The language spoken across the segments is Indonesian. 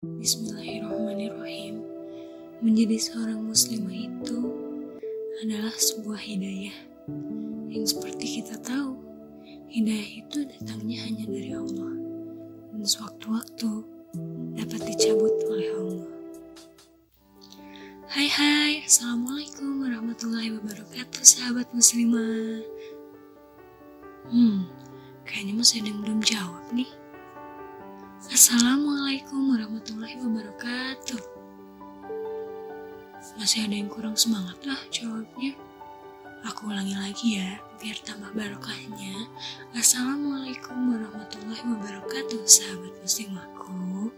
Bismillahirrahmanirrahim. Menjadi seorang muslimah itu adalah sebuah hidayah. Yang seperti kita tahu, hidayah itu datangnya hanya dari Allah. Dan sewaktu-waktu dapat dicabut oleh Allah. Hai, Assalamualaikum warahmatullahi wabarakatuh sahabat muslimah. Kayaknya masih ada yang belum jawab nih. Assalamualaikum warahmatullahi wabarakatuh. Masih ada yang kurang semangat lah jawabnya. Aku ulangi lagi ya, biar tambah barokahnya. Assalamualaikum warahmatullahi wabarakatuh sahabat muslimahku.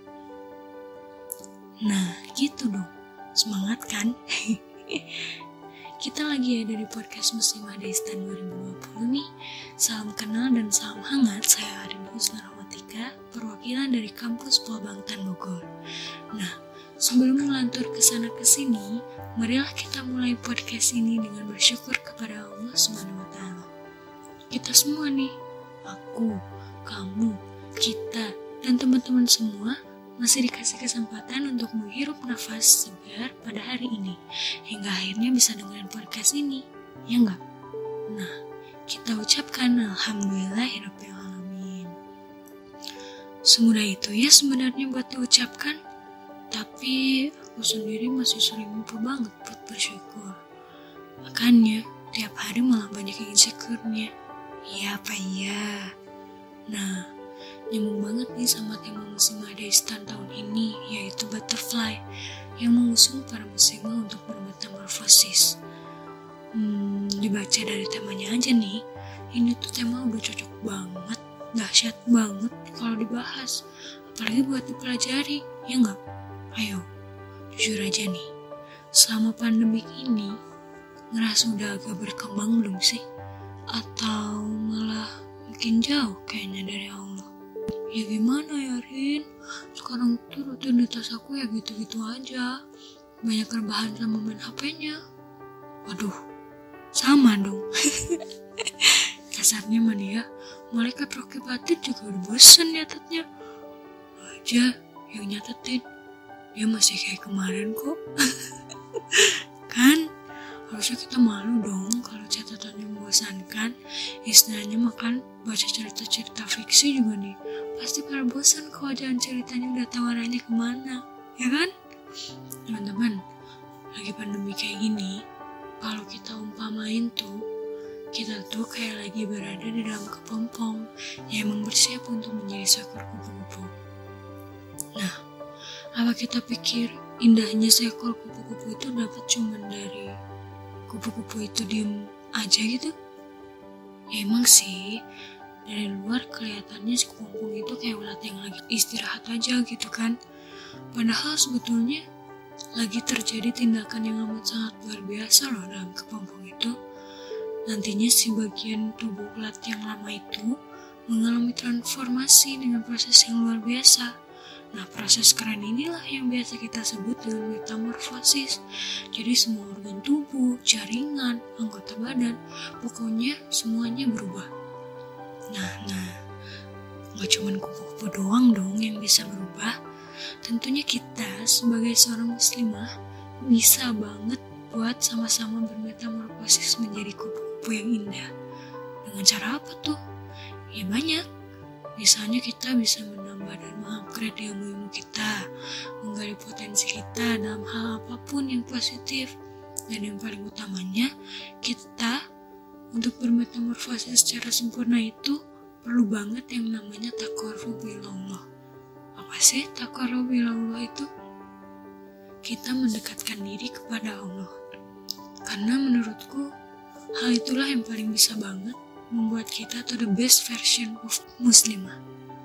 Nah gitu dong, semangat kan? Kita lagi ada di podcast Muslimah Daistan 2020 nih. Salam kenal dan salam hangat. Saya Arin Husna Rahmatika, perwakilan dari kampus Pulau Bangtan Bogor. Nah, sebelum melantur ke sana ke sini, marilah kita mulai podcast ini dengan bersyukur kepada Allah SWT. Kita semua nih, aku, kamu, kita, dan teman-teman semua masih dikasih kesempatan untuk menghirup nafas segar pada hari ini, hingga akhirnya bisa dengerin podcast ini, ya enggak? Nah, kita ucapkan Alhamdulillahirabbil alamin. Semudah itu ya sebenarnya buat diucapkan, tapi aku sendiri masih sering lupa banget buat bersyukur. Makanya tiap hari malah banyak yang insecure-nya. Iya apa iya? Nah, nyambung banget nih sama tema Muslimah Daistan tahun ini, yaitu Butterfly, yang mengusung para muslimah untuk bermetamorfosis. Dibaca dari temanya aja nih, ini tuh tema udah cocok banget, dahsyat banget kalau dibahas, apalagi buat dipelajari, ya nggak? Ayo, jujur aja nih, selama pandemik ini, ngerasa udah agak berkembang belum sih? Atau malah makin jauh kayaknya dari Allah? Ya gimana ya Rin, sekarang tuh rutinitas aku ya gitu-gitu aja, banyak rebahan sama main HP-nya. Waduh, sama dong. Kasarnya mah ya, malaikat Rocky Batin juga udah bosan nyatetnya. Aja yang nyatetin, dia masih kayak kemarin kok. Kan, harusnya kita malu dong kalau catatannya membosankan. Istilahnya makan baca cerita-cerita fiksi juga nih, pasti pada bosan kalau jalan ceritanya udah tahu arahnya kemana, ya kan? Teman-teman, lagi pandemi kayak gini, kalau kita umpamain tuh, kita tuh kayak lagi berada di dalam kepompong yang emang bersiap untuk menjadi seekor kupu-kupu. Nah, apa kita pikir indahnya seekor kupu-kupu itu dapat cuman dari kupu-kupu itu diem aja gitu? Ya emang sih, dari luar kelihatannya si kepompong itu kayak ulat yang lagi istirahat aja gitu kan. Padahal sebetulnya lagi terjadi tindakan yang amat sangat luar biasa loh dalam kepompong itu. Nantinya si bagian tubuh ulat yang lama itu mengalami transformasi dengan proses yang luar biasa. Nah, proses keren inilah yang biasa kita sebut dengan metamorfosis. Jadi semua organ tubuh, jaringan, anggota badan, pokoknya semuanya berubah. Nah, gak cuma kupu-kupu doang dong yang bisa berubah. Tentunya kita sebagai seorang muslimah bisa banget buat sama-sama bermetamorfosis menjadi kupu-kupu yang indah. Dengan cara apa tuh? Ya banyak. Misalnya kita bisa menambah dan mengupgrade ilmu kita, menggali potensi kita dalam hal apapun yang positif. Dan yang paling utamanya, kita untuk bermetamorfosis secara sempurna itu perlu banget yang namanya taqarrub ilallah. Apa sih taqarrub ilallah itu? Kita mendekatkan diri kepada Allah. Karena menurutku, hal itulah yang paling bisa banget membuat kita to the best version of muslimah.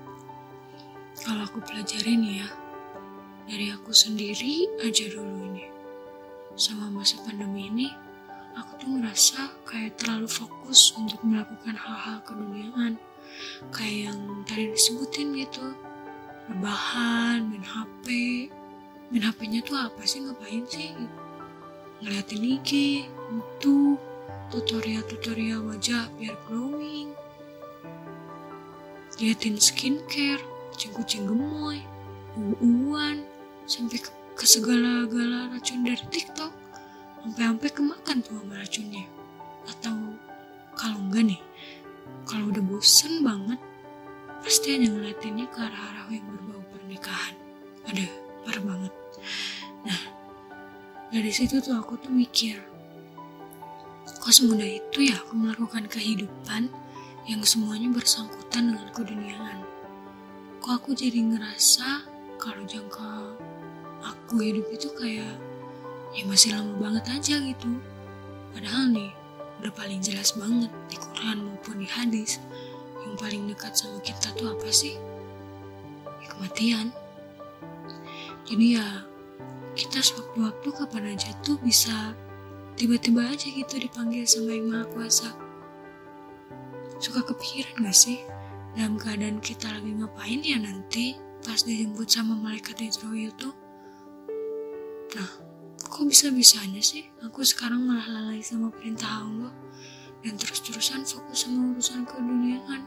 Kalau aku pelajarin ya, dari aku sendiri aja dulu ini. Sama masa pandemi ini, aku tuh ngerasa kayak terlalu fokus untuk melakukan hal-hal keduniaan. Kayak yang tadi disebutin gitu, rebahan, main HP. Main HP-nya tuh apa sih, ngapain sih? Ngeliatin IG, YouTube, tutorial wajah biar glowing, liatin skincare, kucing-kucing gemoy, uuan, sampai ke segala-gala racun dari TikTok. Sampai kemakan tuh sama racunnya. Atau kalau enggak nih, kalau udah bosen banget, pasti hanya ngeliatinnya ke arah-arah yang berbau pernikahan. Aduh, parah banget. Nah, dari situ tuh aku tuh mikir, kok semudah itu ya aku melakukan kehidupan yang semuanya bersangkutan dengan keduniaan. Kok aku jadi ngerasa kalau jangka aku hidup itu kayak ya masih lama banget aja gitu. Padahal nih, udah paling jelas banget di Quran maupun di hadis, yang paling dekat sama kita tuh apa sih? Ya, kematian. Jadi ya, kita sewaktu-waktu kapan aja tuh bisa tiba-tiba aja gitu dipanggil sama Yang Maha Kuasa. Suka kepikiran gak sih? Dalam keadaan kita lagi ngapain ya nanti pas dijemput sama malaikat Israel tuh? Nah, kok bisa-bisanya sih aku sekarang malah lalai sama perintah Allah dan terus-terusan fokus sama urusan keduniaan?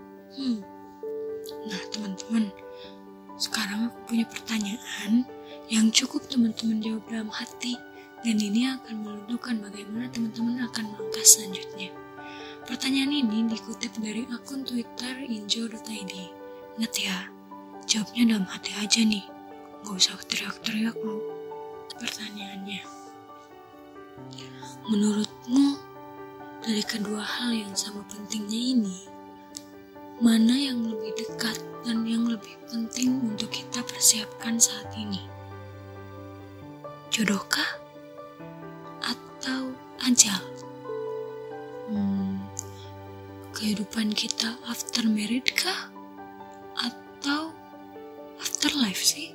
Nah teman-teman, sekarang aku punya pertanyaan yang cukup teman-teman jawab dalam hati, dan ini akan menentukan bagaimana teman-teman akan melangkah selanjutnya. Pertanyaan ini dikutip dari akun Twitter injo.id. Ingat ya, jawabnya dalam hati aja nih, gak usah teriak-teriak loh. Pertanyaannya, menurutmu dari kedua hal yang sama pentingnya ini, mana yang lebih dekat dan yang lebih penting untuk kita persiapkan saat ini? Jodohkah? Atau ajal? Kehidupan kita after married kah? Atau afterlife sih?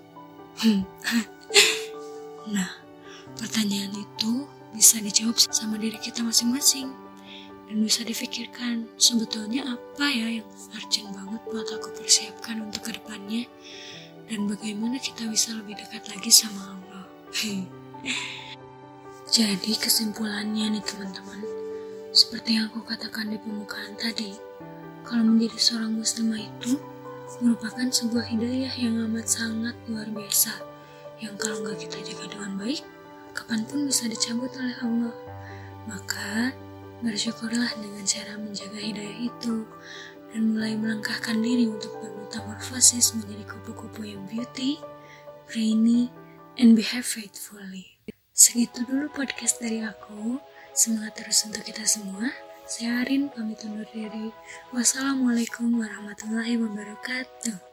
Nah, pertanyaan itu bisa dijawab sama diri kita masing-masing. Dan bisa difikirkan, sebetulnya apa ya yang urgent banget buat aku persiapkan untuk kedepannya, dan bagaimana kita bisa lebih dekat lagi sama Allah. Jadi kesimpulannya nih teman-teman, seperti yang aku katakan di pembukaan tadi, kalau menjadi seorang muslimah itu merupakan sebuah hidayah yang amat sangat luar biasa, yang kalau nggak kita jaga dengan baik, kapanpun bisa dicabut oleh Allah. Maka bersyukurlah dengan cara menjaga hidayah itu dan mulai melangkahkan diri untuk bermetamorfosis menjadi kupu-kupu yang beauty, brainy, and behave faithfully. Segitu dulu podcast dari aku. Semangat terus untuk kita semua. Saya Arin pamit undur diri. Wassalamualaikum warahmatullahi wabarakatuh.